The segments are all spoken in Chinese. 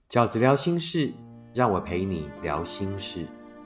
饺子聊心事，让我陪你聊心事。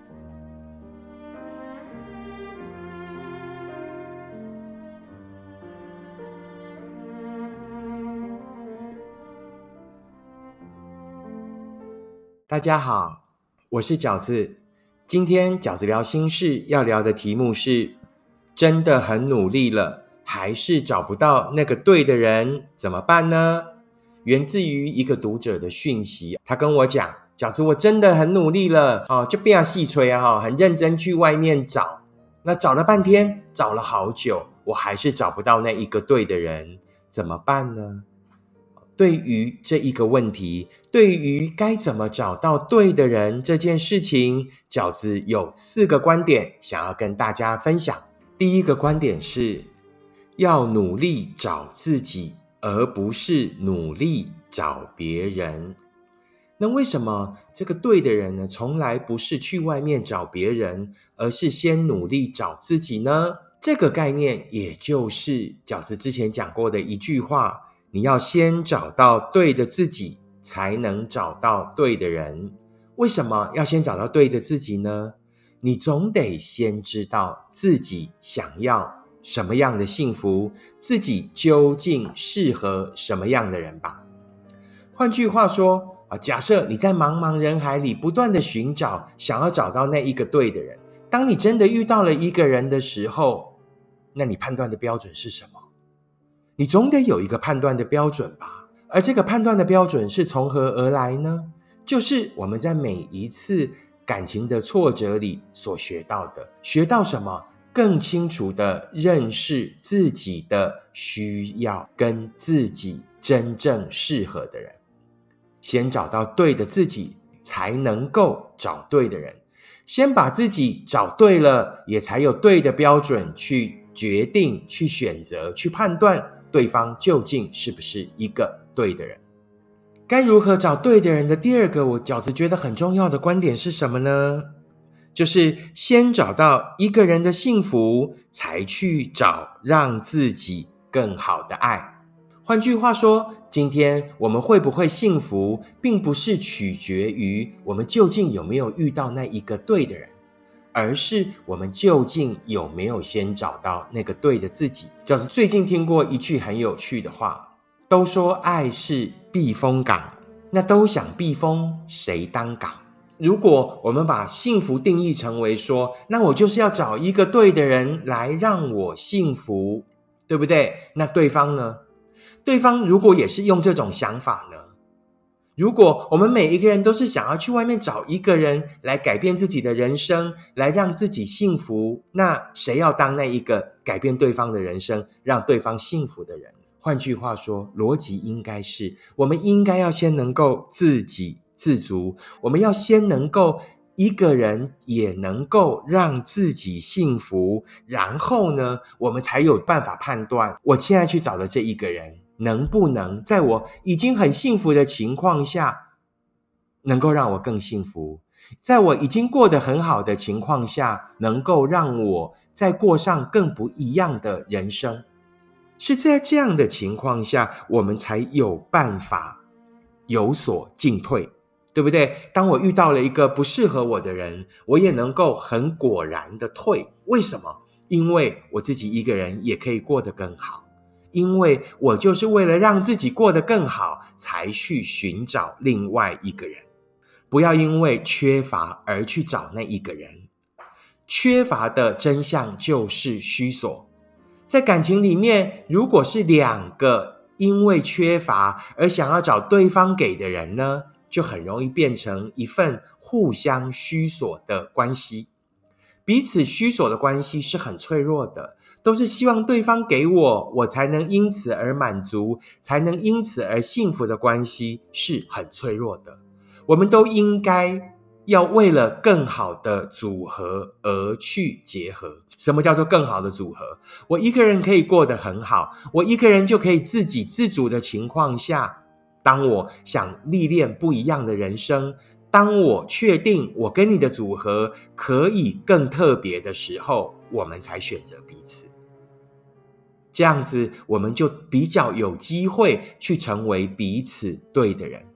大家好，我是饺子。今天饺子聊心事要聊的题目是：真的很努力了，还是找不到那个对的人，怎么办呢？源自于一个读者的讯息，他跟我讲，饺子我真的很努力了，就不要细吹啊，很认真去外面找，那找了半天，找了好久，我还是找不到那一个对的人，怎么办呢？对于这一个问题，对于该怎么找到对的人这件事情，饺子有4个观点想要跟大家分享。第一个观点是，要努力找自己，而不是努力找别人。那为什么这个对的人呢，从来不是去外面找别人，而是先努力找自己呢？这个概念也就是饺子之前讲过的一句话，你要先找到对的自己，才能找到对的人。为什么要先找到对的自己呢？你总得先知道自己想要什么样的幸福，自己究竟适合什么样的人吧。换句话说，假设你在茫茫人海里不断的寻找，想要找到那一个对的人，当你真的遇到了一个人的时候，那你判断的标准是什么？你总得有一个判断的标准吧。而这个判断的标准是从何而来呢？就是我们在每一次感情的挫折里所学到的。学到什么？更清楚的认识自己的需要，跟自己真正适合的人。先找到对的自己，才能够找对的人。先把自己找对了，也才有对的标准去决定、去选择、去判断对方究竟是不是一个对的人。该如何找对的人的第二个，我饺子觉得很重要的观点是什么呢？就是先找到一个人的幸福，才去找让自己更好的爱。换句话说，今天我们会不会幸福，并不是取决于我们究竟有没有遇到那一个对的人，而是我们究竟有没有先找到那个对的自己。就是最近听过一句很有趣的话，都说爱是避风港，那都想避风，谁当港？如果我们把幸福定义成为说，那我就是要找一个对的人来让我幸福，对不对？那对方呢？对方如果也是用这种想法呢？如果我们每一个人都是想要去外面找一个人来改变自己的人生，来让自己幸福，那谁要当那一个改变对方的人生，让对方幸福的人？换句话说，逻辑应该是，我们应该要先能够自给自足，我们要先能够一个人也能够让自己幸福，然后呢，我们才有办法判断，我现在去找的这一个人能不能在我已经很幸福的情况下，能够让我更幸福，在我已经过得很好的情况下，能够让我再过上更不一样的人生。是在这样的情况下，我们才有办法有所进退，对不对？当我遇到了一个不适合我的人，我也能够很果然的退。为什么？因为我自己一个人也可以过得更好，因为我就是为了让自己过得更好，才去寻找另外一个人。不要因为缺乏而去找那一个人，缺乏的真相就是虚索。在感情里面，如果是2个因为缺乏而想要找对方给的人呢，就很容易变成一份互相虚索的关系。彼此虚索的关系是很脆弱的，都是希望对方给我，我才能因此而满足，才能因此而幸福的关系是很脆弱的。我们都应该要为了更好的组合而去结合。什么叫做更好的组合？我一个人可以过得很好，我一个人就可以自给自足的情况下，当我想历练不一样的人生，当我确定我跟你的组合可以更特别的时候，我们才选择彼此。这样子我们就比较有机会去成为彼此对的人，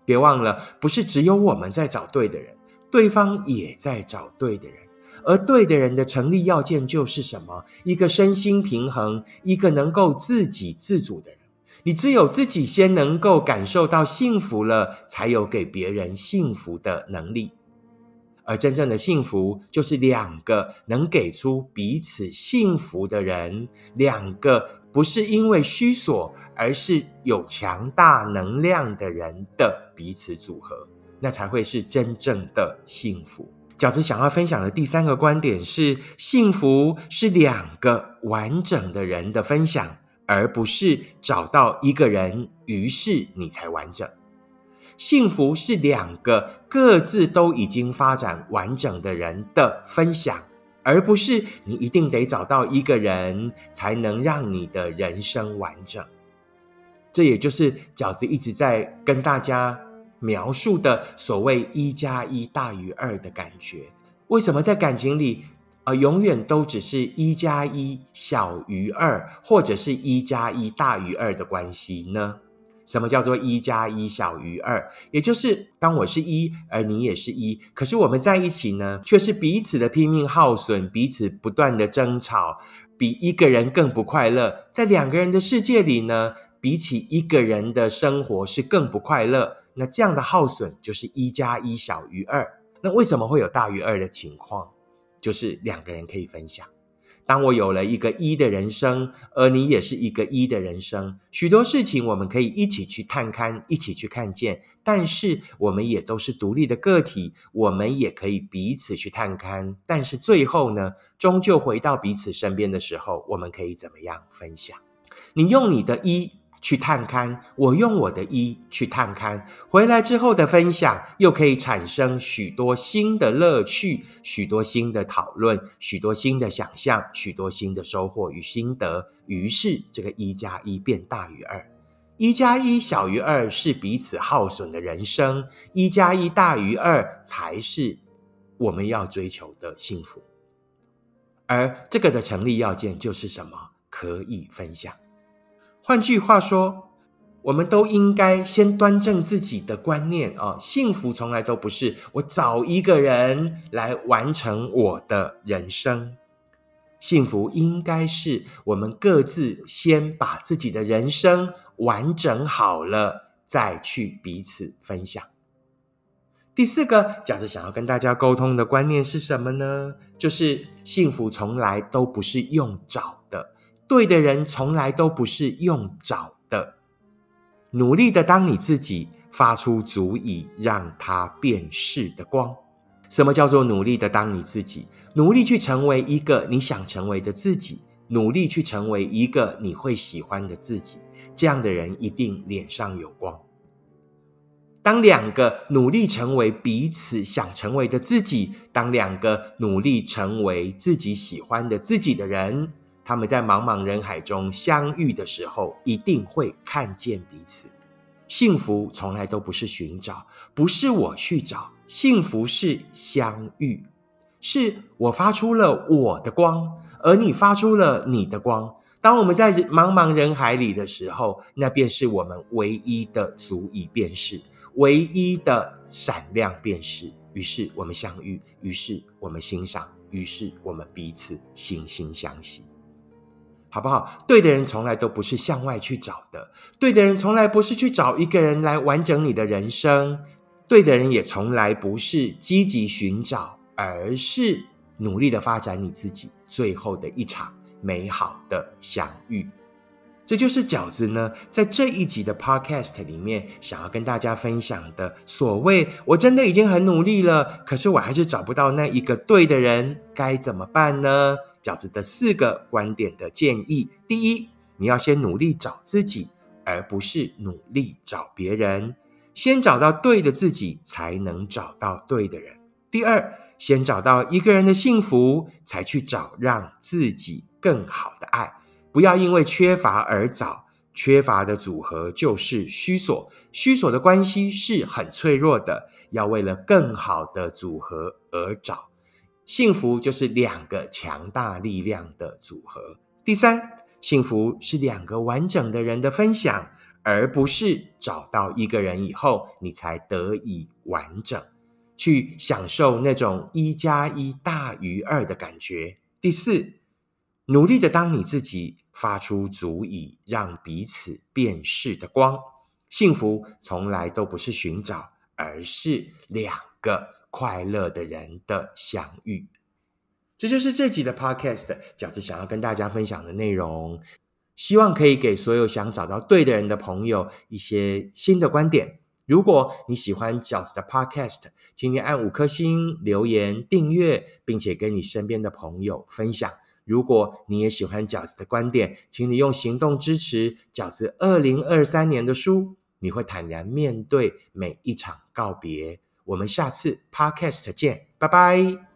别忘了，不是只有我们在找对的人，对方也在找对的人。而对的人的成立要件就是什么？一个身心平衡，一个能够自给自足的人。你只有自己先能够感受到幸福了，才有给别人幸福的能力。而真正的幸福就是两个能给出彼此幸福的人，两个不是因为虚索，而是有强大能量的人的彼此组合，那才会是真正的幸福。饺子想要分享的第三个观点是，幸福是两个完整的人的分享，而不是找到一个人，于是你才完整。幸福是两个各自都已经发展完整的人的分享，而不是你一定得找到一个人才能让你的人生完整。这也就是饺子一直在跟大家描述的所谓1+1大于2的感觉。为什么在感情里永远都只是1+1小于2，或者是1+1大于2的关系呢？什么叫做1+1小于2？也就是当我是1，而你也是1，可是我们在一起呢，却是彼此的拼命耗损，彼此不断的争吵，比一个人更不快乐。在两个人的世界里呢，比起一个人的生活是更不快乐。那这样的耗损就是1+1小于2。那为什么会有大于2的情况？就是两个人可以分享。当我有了一个1的人生，而你也是一个1的人生，许多事情我们可以一起去探勘，一起去看见，但是我们也都是独立的个体，我们也可以彼此去探勘，但是最后呢，终究回到彼此身边的时候，我们可以怎么样分享？你用你的1去探勘，我用我的1去探勘，回来之后的分享又可以产生许多新的乐趣，许多新的讨论，许多新的想象，许多新的收获与心得。于是这个1+1变大于2，1+1小于2是彼此耗损的人生，1+1大于2才是我们要追求的幸福。而这个的成立要件就是什么？可以分享。换句话说，我们都应该先端正自己的观念幸福从来都不是我找一个人来完成我的人生，幸福应该是我们各自先把自己的人生完整好了，再去彼此分享。第四个饺子想要跟大家沟通的观念是什么呢？就是幸福从来都不是用找的，对的人从来都不是用找的，努力的当你自己，发出足以让它辨识的光。什么叫做努力的当你自己？努力去成为一个你想成为的自己，努力去成为一个你会喜欢的自己，这样的人一定脸上有光。当两个努力成为彼此想成为的自己，当两个努力成为自己喜欢的自己的人，他们在茫茫人海中相遇的时候，一定会看见彼此。幸福从来都不是寻找，不是我去找，幸福是相遇，是我发出了我的光，而你发出了你的光。当我们在茫茫人海里的时候，那便是我们唯一的足以辨识，唯一的闪亮辨识。于是我们相遇，于是我们欣赏，于是我们彼此惺惺相惜。好不好？对的人从来都不是向外去找的，对的人从来不是去找一个人来完整你的人生，对的人也从来不是积极寻找，而是努力的发展你自己，最后的一场美好的相遇。这就是饺子呢在这一集的 podcast 里面想要跟大家分享的所谓我真的已经很努力了，可是我还是找不到那一个对的人，该怎么办呢？饺子的4个观点的建议。第一，你要先努力找自己，而不是努力找别人。先找到对的自己，才能找到对的人。第二，先找到一个人的幸福，才去找让自己更好的爱。不要因为缺乏而找，缺乏的组合就是虚索，虚索的关系是很脆弱的，要为了更好的组合而找。幸福就是2个强大力量的组合。第三，幸福是2个完整的人的分享， 而不是找到一个人以后你才得以完整，去享受那种1+1大于2的感觉。第4，努力的当你自己，发出足以让彼此辨识的光。幸福从来都不是寻找，而是2个快乐的人的相遇。这就是这集的 podcast 饺子想要跟大家分享的内容，希望可以给所有想找到对的人的朋友一些新的观点。如果你喜欢饺子的 podcast， 请你按5颗星、留言、订阅，并且跟你身边的朋友分享。如果你也喜欢饺子的观点，请你用行动支持饺子2023年的书，你会坦然面对每一场告别。我们下次 podcast 见，拜拜。